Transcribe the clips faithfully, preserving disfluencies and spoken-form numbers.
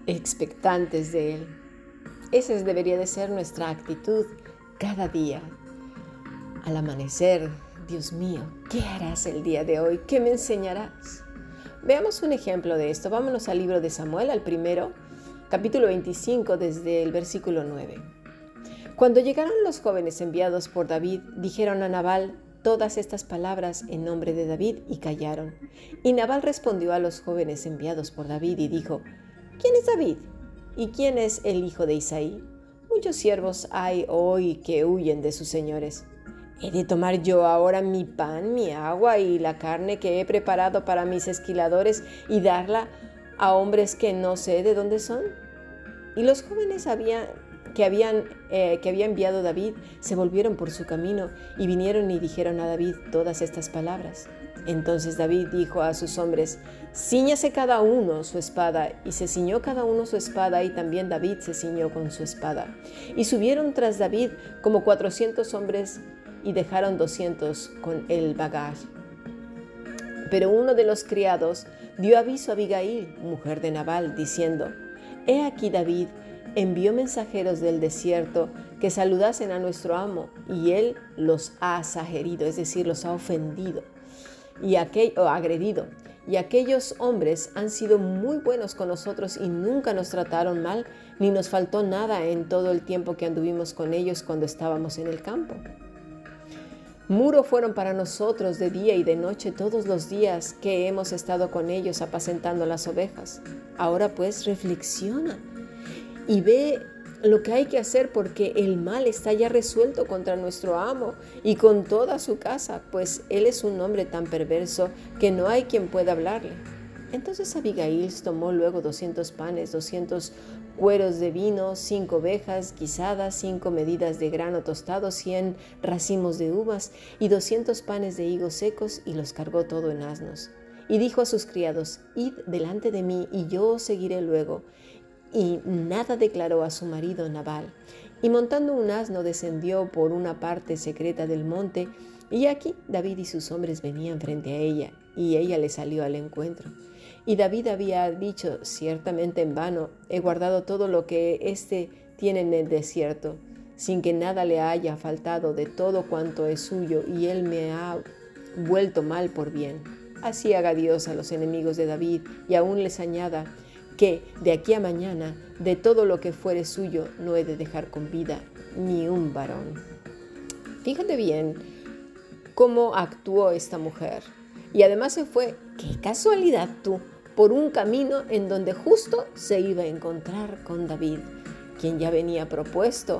expectantes de Él. Esa debería de ser nuestra actitud cada día. Al amanecer, Dios mío, ¿qué harás el día de hoy? ¿Qué me enseñarás? Veamos un ejemplo de esto. Vámonos al libro de Samuel, al primero, capítulo veinticinco, desde el versículo nueve. Cuando llegaron los jóvenes enviados por David, dijeron a Nabal todas estas palabras en nombre de David y callaron. Y Nabal respondió a los jóvenes enviados por David y dijo: ¿Quién es David? ¿Y quién es el hijo de Isaí? Muchos siervos hay hoy que huyen de sus señores. ¿He de tomar yo ahora mi pan, mi agua y la carne que he preparado para mis esquiladores y darla a hombres que no sé de dónde son? Y los jóvenes habían, que, habían, eh, que había enviado David se volvieron por su camino y vinieron y dijeron a David todas estas palabras. Entonces David dijo a sus hombres: «Cíñase cada uno su espada». Y se ciñó cada uno su espada, y también David se ciñó con su espada. Y subieron tras David como cuatrocientos hombres y dejaron doscientos con el bagaje. Pero uno de los criados dio aviso a Abigail, mujer de Nabal, diciendo: «He aquí David envió mensajeros del desierto que saludasen a nuestro amo, y él los ha saherido», es decir, los ha ofendido y aquel, o agredido. «Y aquellos hombres han sido muy buenos con nosotros y nunca nos trataron mal, ni nos faltó nada en todo el tiempo que anduvimos con ellos cuando estábamos en el campo. Muro fueron para nosotros de día y de noche todos los días que hemos estado con ellos apacentando las ovejas. Ahora pues reflexiona y ve lo que hay que hacer, porque el mal está ya resuelto contra nuestro amo y con toda su casa, pues él es un hombre tan perverso que no hay quien pueda hablarle». Entonces Abigail tomó luego doscientos panes, doscientos cueros de vino, cinco ovejas guisadas, cinco medidas de grano tostado, cien racimos de uvas y doscientos panes de higos secos, y los cargó todo en asnos. Y dijo a sus criados: «Id delante de mí, y yo os seguiré luego». Y nada declaró a su marido Nabal. Y montando un asno descendió por una parte secreta del monte, y aquí David y sus hombres venían frente a ella, y ella le salió al encuentro. Y David había dicho: «Ciertamente en vano he guardado todo lo que éste tiene en el desierto, sin que nada le haya faltado de todo cuanto es suyo, y él me ha vuelto mal por bien». Así haga Dios a los enemigos de David, y aún les añada que de aquí a mañana de todo lo que fuere suyo no he de dejar con vida ni un varón. Fíjate bien cómo actuó esta mujer. Y además se fue, qué casualidad tú, por un camino en donde justo se iba a encontrar con David, quien ya venía propuesto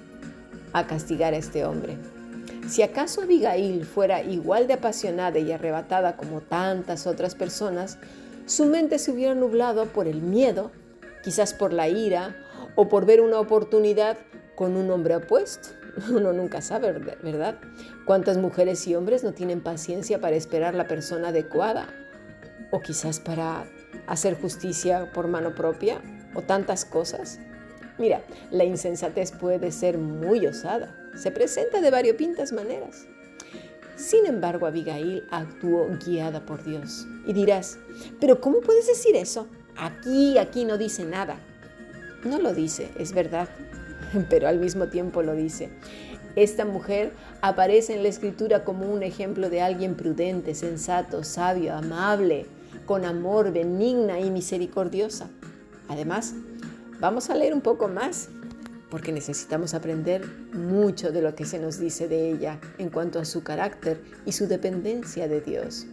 a castigar a este hombre. Si acaso Abigail fuera igual de apasionada y arrebatada como tantas otras personas, su mente se hubiera nublado por el miedo, quizás por la ira o por ver una oportunidad con un hombre opuesto. Uno nunca sabe, ¿verdad? ¿Cuántas mujeres y hombres no tienen paciencia para esperar la persona adecuada? O quizás para hacer justicia por mano propia, o tantas cosas. Mira, la insensatez puede ser muy osada. Se presenta de variopintas maneras. Sin embargo, Abigail actuó guiada por Dios. Y dirás: «¿Pero cómo puedes decir eso? Aquí, aquí no dice nada». No lo dice, es verdad, pero al mismo tiempo lo dice. Esta mujer aparece en la Escritura como un ejemplo de alguien prudente, sensato, sabio, amable, con amor, benigna y misericordiosa. Además, vamos a leer un poco más, porque necesitamos aprender mucho de lo que se nos dice de ella en cuanto a su carácter y su dependencia de Dios.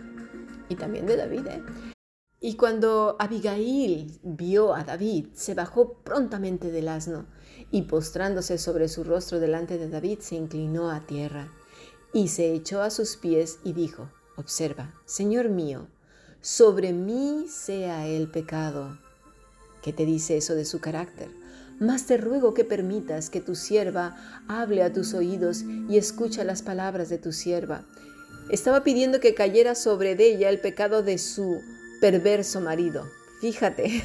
Y también de David, ¿eh? Y cuando Abigail vio a David, se bajó prontamente del asno, y postrándose sobre su rostro delante de David, se inclinó a tierra, y se echó a sus pies y dijo: «Observa, Señor mío, sobre mí sea el pecado». ¿Qué te dice eso de su carácter? Mas te ruego que permitas que tu sierva hable a tus oídos y escucha las palabras de tu sierva. Estaba pidiendo que cayera sobre ella el pecado de su perverso marido. Fíjate,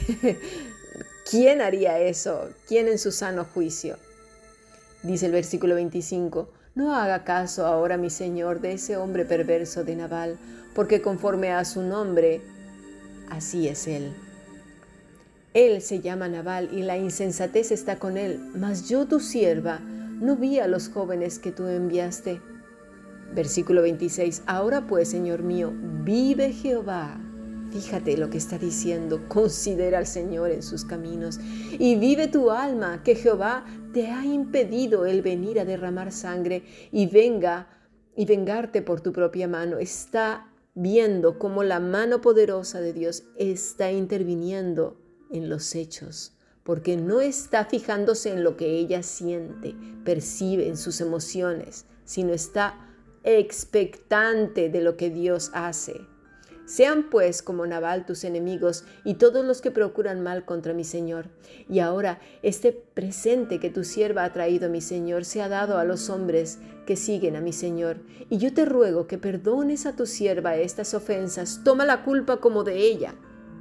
¿quién haría eso? ¿Quién en su sano juicio? Dice el versículo veinticinco: «No haga caso ahora, mi señor, de ese hombre perverso de Nabal, porque conforme a su nombre, así es él». Él se llama Nabal y la insensatez está con él, mas yo tu sierva no vi a los jóvenes que tú enviaste. Versículo veintiséis. Ahora pues, Señor mío, vive Jehová. Fíjate lo que está diciendo. Considera al Señor en sus caminos. Y vive tu alma, que Jehová te ha impedido el venir a derramar sangre y venga y vengarte por tu propia mano. Está viendo cómo la mano poderosa de Dios está interviniendo en los hechos, porque no está fijándose en lo que ella siente, percibe, en sus emociones, sino está expectante de lo que Dios hace. Sean pues como Nabal tus enemigos y todos los que procuran mal contra mi Señor. Y ahora este presente que tu sierva ha traído a mi Señor se ha dado a los hombres que siguen a mi Señor. Y yo te ruego que perdones a tu sierva estas ofensas. Toma la culpa como de ella.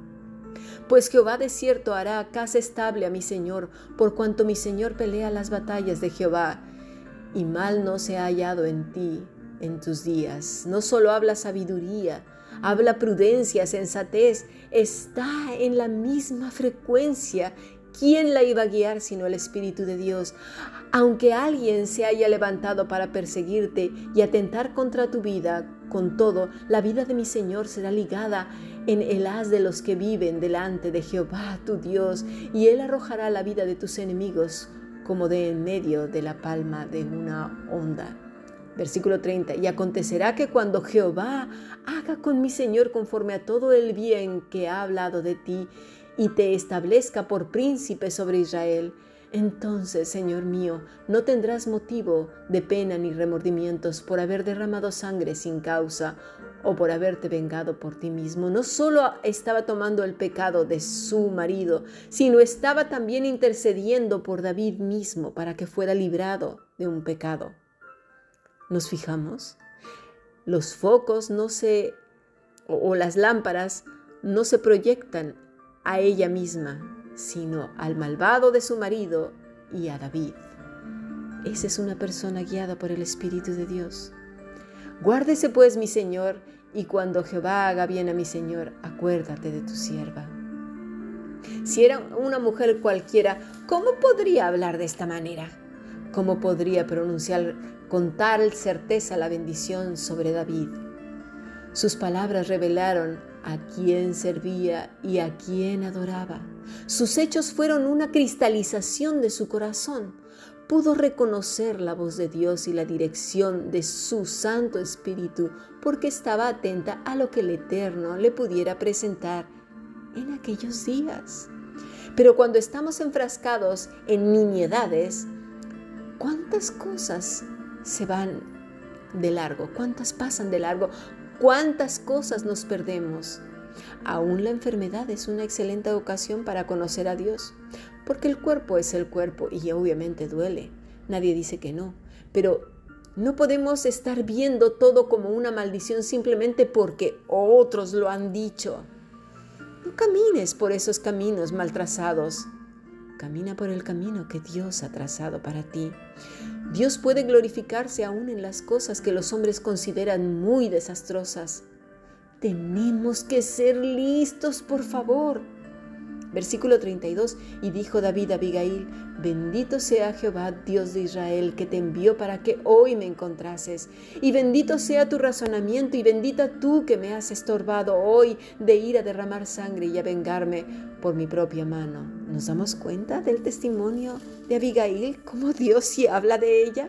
Pues Jehová de cierto hará casa estable a mi Señor, por cuanto mi Señor pelea las batallas de Jehová. Y mal no se ha hallado en ti en tus días. No solo habla sabiduría, habla prudencia, sensatez, está en la misma frecuencia. ¿Quién la iba a guiar sino el Espíritu de Dios? Aunque alguien se haya levantado para perseguirte y atentar contra tu vida, con todo, la vida de mi Señor será ligada en el haz de los que viven delante de Jehová tu Dios, y Él arrojará la vida de tus enemigos como de en medio de la palma de una onda. Versículo treinta. Y acontecerá que cuando Jehová haga con mi Señor conforme a todo el bien que ha hablado de ti y te establezca por príncipe sobre Israel, entonces, Señor mío, no tendrás motivo de pena ni remordimientos por haber derramado sangre sin causa o por haberte vengado por ti mismo. No solo estaba tomando el pecado de su marido, sino estaba también intercediendo por David mismo para que fuera librado de un pecado. ¿Nos fijamos? Los focos no se, o, o las lámparas no se proyectan a ella misma, sino al malvado de su marido y a David. Esa es una persona guiada por el Espíritu de Dios. Guárdese pues mi Señor, y cuando Jehová haga bien a mi Señor, acuérdate de tu sierva. Si era una mujer cualquiera, ¿cómo podría hablar de esta manera? ¿Cómo podría pronunciar con tal certeza la bendición sobre David? Sus palabras revelaron a quién servía y a quién adoraba. Sus hechos fueron una cristalización de su corazón. Pudo reconocer la voz de Dios y la dirección de su Santo Espíritu porque estaba atenta a lo que el Eterno le pudiera presentar en aquellos días. Pero cuando estamos enfrascados en nimiedades, ¿cuántas cosas se van de largo? ¿Cuántas pasan de largo? ¿Cuántas cosas nos perdemos? Aún la enfermedad es una excelente ocasión para conocer a Dios, porque el cuerpo es el cuerpo y obviamente duele. Nadie dice que no, pero no podemos estar viendo todo como una maldición simplemente porque otros lo han dicho. No camines por esos caminos mal trazados. Camina por el camino que Dios ha trazado para ti. Dios puede glorificarse aún en las cosas que los hombres consideran muy desastrosas. Tenemos que ser listos, por favor. Versículo treinta y dos. Y dijo David a Abigail: bendito sea Jehová, Dios de Israel, que te envió para que hoy me encontrases. Y bendito sea tu razonamiento, y bendita tú que me has estorbado hoy de ir a derramar sangre y a vengarme por mi propia mano. ¿Nos damos cuenta del testimonio de Abigail? ¿Cómo Dios sí habla de ella?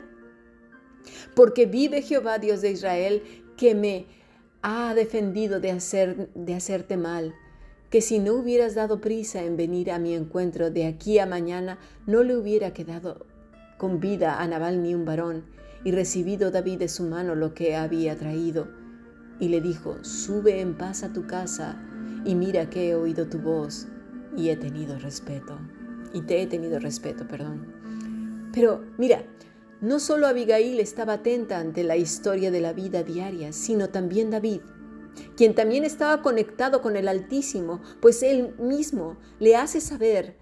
Porque vive Jehová, Dios de Israel, que me ha defendido de, hacer, de hacerte mal, que si no hubieras dado prisa en venir a mi encuentro de aquí a mañana, no le hubiera quedado con vida a Nabal ni un varón, y recibido David de su mano lo que había traído. Y le dijo: sube en paz a tu casa, y mira que he oído tu voz, y he tenido respeto. Y te he tenido respeto, perdón. Pero mira, no solo Abigail estaba atenta ante la historia de la vida diaria, sino también David, quien también estaba conectado con el Altísimo, pues él mismo le hace saber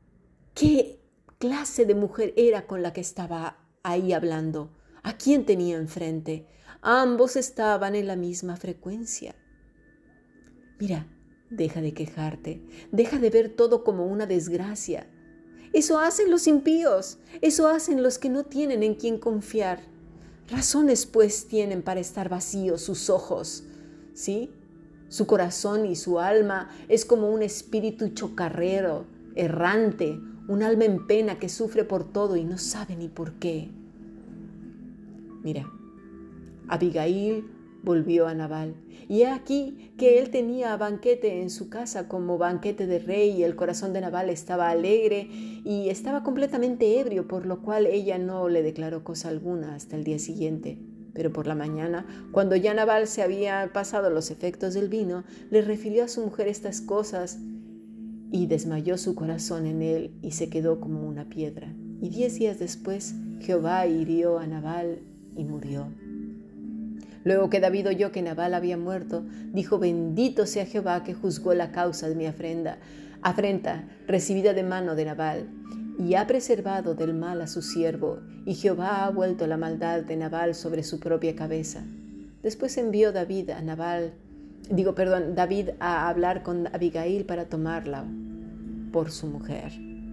qué clase de mujer era con la que estaba ahí hablando, a quién tenía enfrente. Ambos estaban en la misma frecuencia. Mira, Deja de quejarte, deja de ver todo como una desgracia. Eso hacen los impíos, eso hacen los que no tienen en quién confiar. Razones pues tienen para estar vacíos sus ojos, ¿sí? Su corazón y su alma es como un espíritu chocarrero, errante, un alma en pena que sufre por todo y no sabe ni por qué. Mira, Abigail volvió a Nabal, y he aquí que él tenía banquete en su casa como banquete de rey, y el corazón de Nabal estaba alegre y estaba completamente ebrio, por lo cual ella no le declaró cosa alguna hasta el día siguiente. Pero por la mañana, cuando ya Nabal se había pasado los efectos del vino, le refirió a su mujer estas cosas, y desmayó su corazón en él y se quedó como una piedra. Y diez días después, Jehová hirió a Nabal y murió. Luego que David oyó que Nabal había muerto, dijo: bendito sea Jehová que juzgó la causa de mi afrenta, afrenta recibida de mano de Nabal, y ha preservado del mal a su siervo, y Jehová ha vuelto la maldad de Nabal sobre su propia cabeza. Después envió David a Nabal, digo, perdón, David a hablar con Abigail para tomarla por su mujer.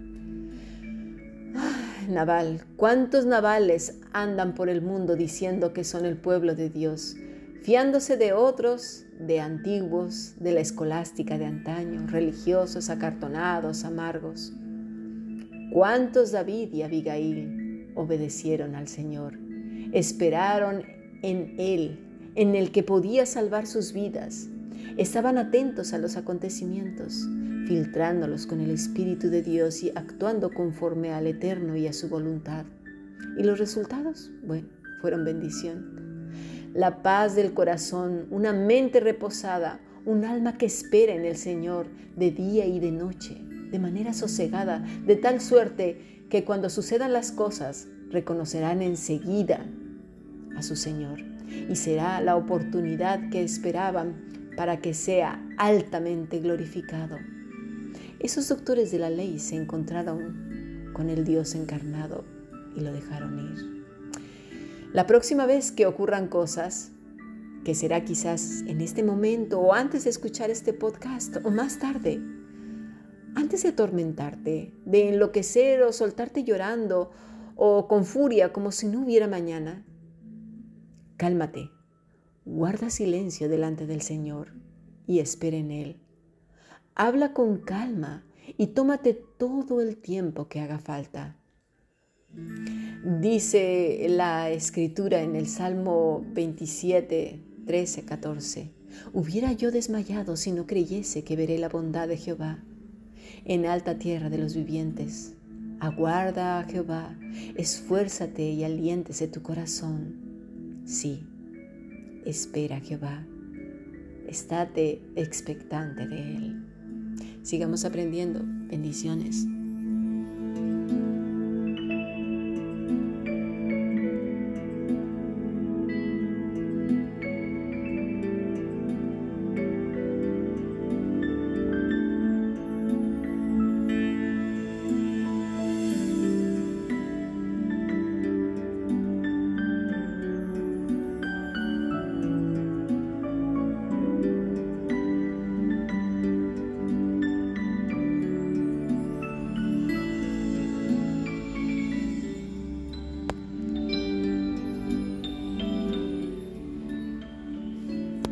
Nabal, ¿cuántos Nabales andan por el mundo diciendo que son el pueblo de Dios, fiándose de otros, de antiguos, de la escolástica de antaño, religiosos, acartonados, amargos? ¿Cuántos David y Abigail obedecieron al Señor? Esperaron en Él, en el que podía salvar sus vidas. Estaban atentos a los acontecimientos, filtrándolos con el Espíritu de Dios y actuando conforme al Eterno y a su voluntad. ¿Y los resultados? Bueno, fueron bendición. La paz del corazón, una mente reposada, un alma que espera en el Señor de día y de noche, de manera sosegada, de tal suerte que cuando sucedan las cosas reconocerán enseguida a su Señor, y será la oportunidad que esperaban para que sea altamente glorificado. Esos doctores de la ley se encontraron con el Dios encarnado y lo dejaron ir. La próxima vez que ocurran cosas, que será quizás en este momento o antes de escuchar este podcast o más tarde, antes de atormentarte, de enloquecer o soltarte llorando o con furia como si no hubiera mañana, cálmate, guarda silencio delante del Señor y espera en Él. Habla con calma y tómate todo el tiempo que haga falta. Dice la Escritura en el Salmo veintisiete, trece, catorce: hubiera yo desmayado si no creyese que veré la bondad de Jehová en alta tierra de los vivientes. Aguarda a Jehová, esfuérzate y aliéntese tu corazón. Sí, espera a Jehová, estate expectante de Él. Sigamos aprendiendo. Bendiciones.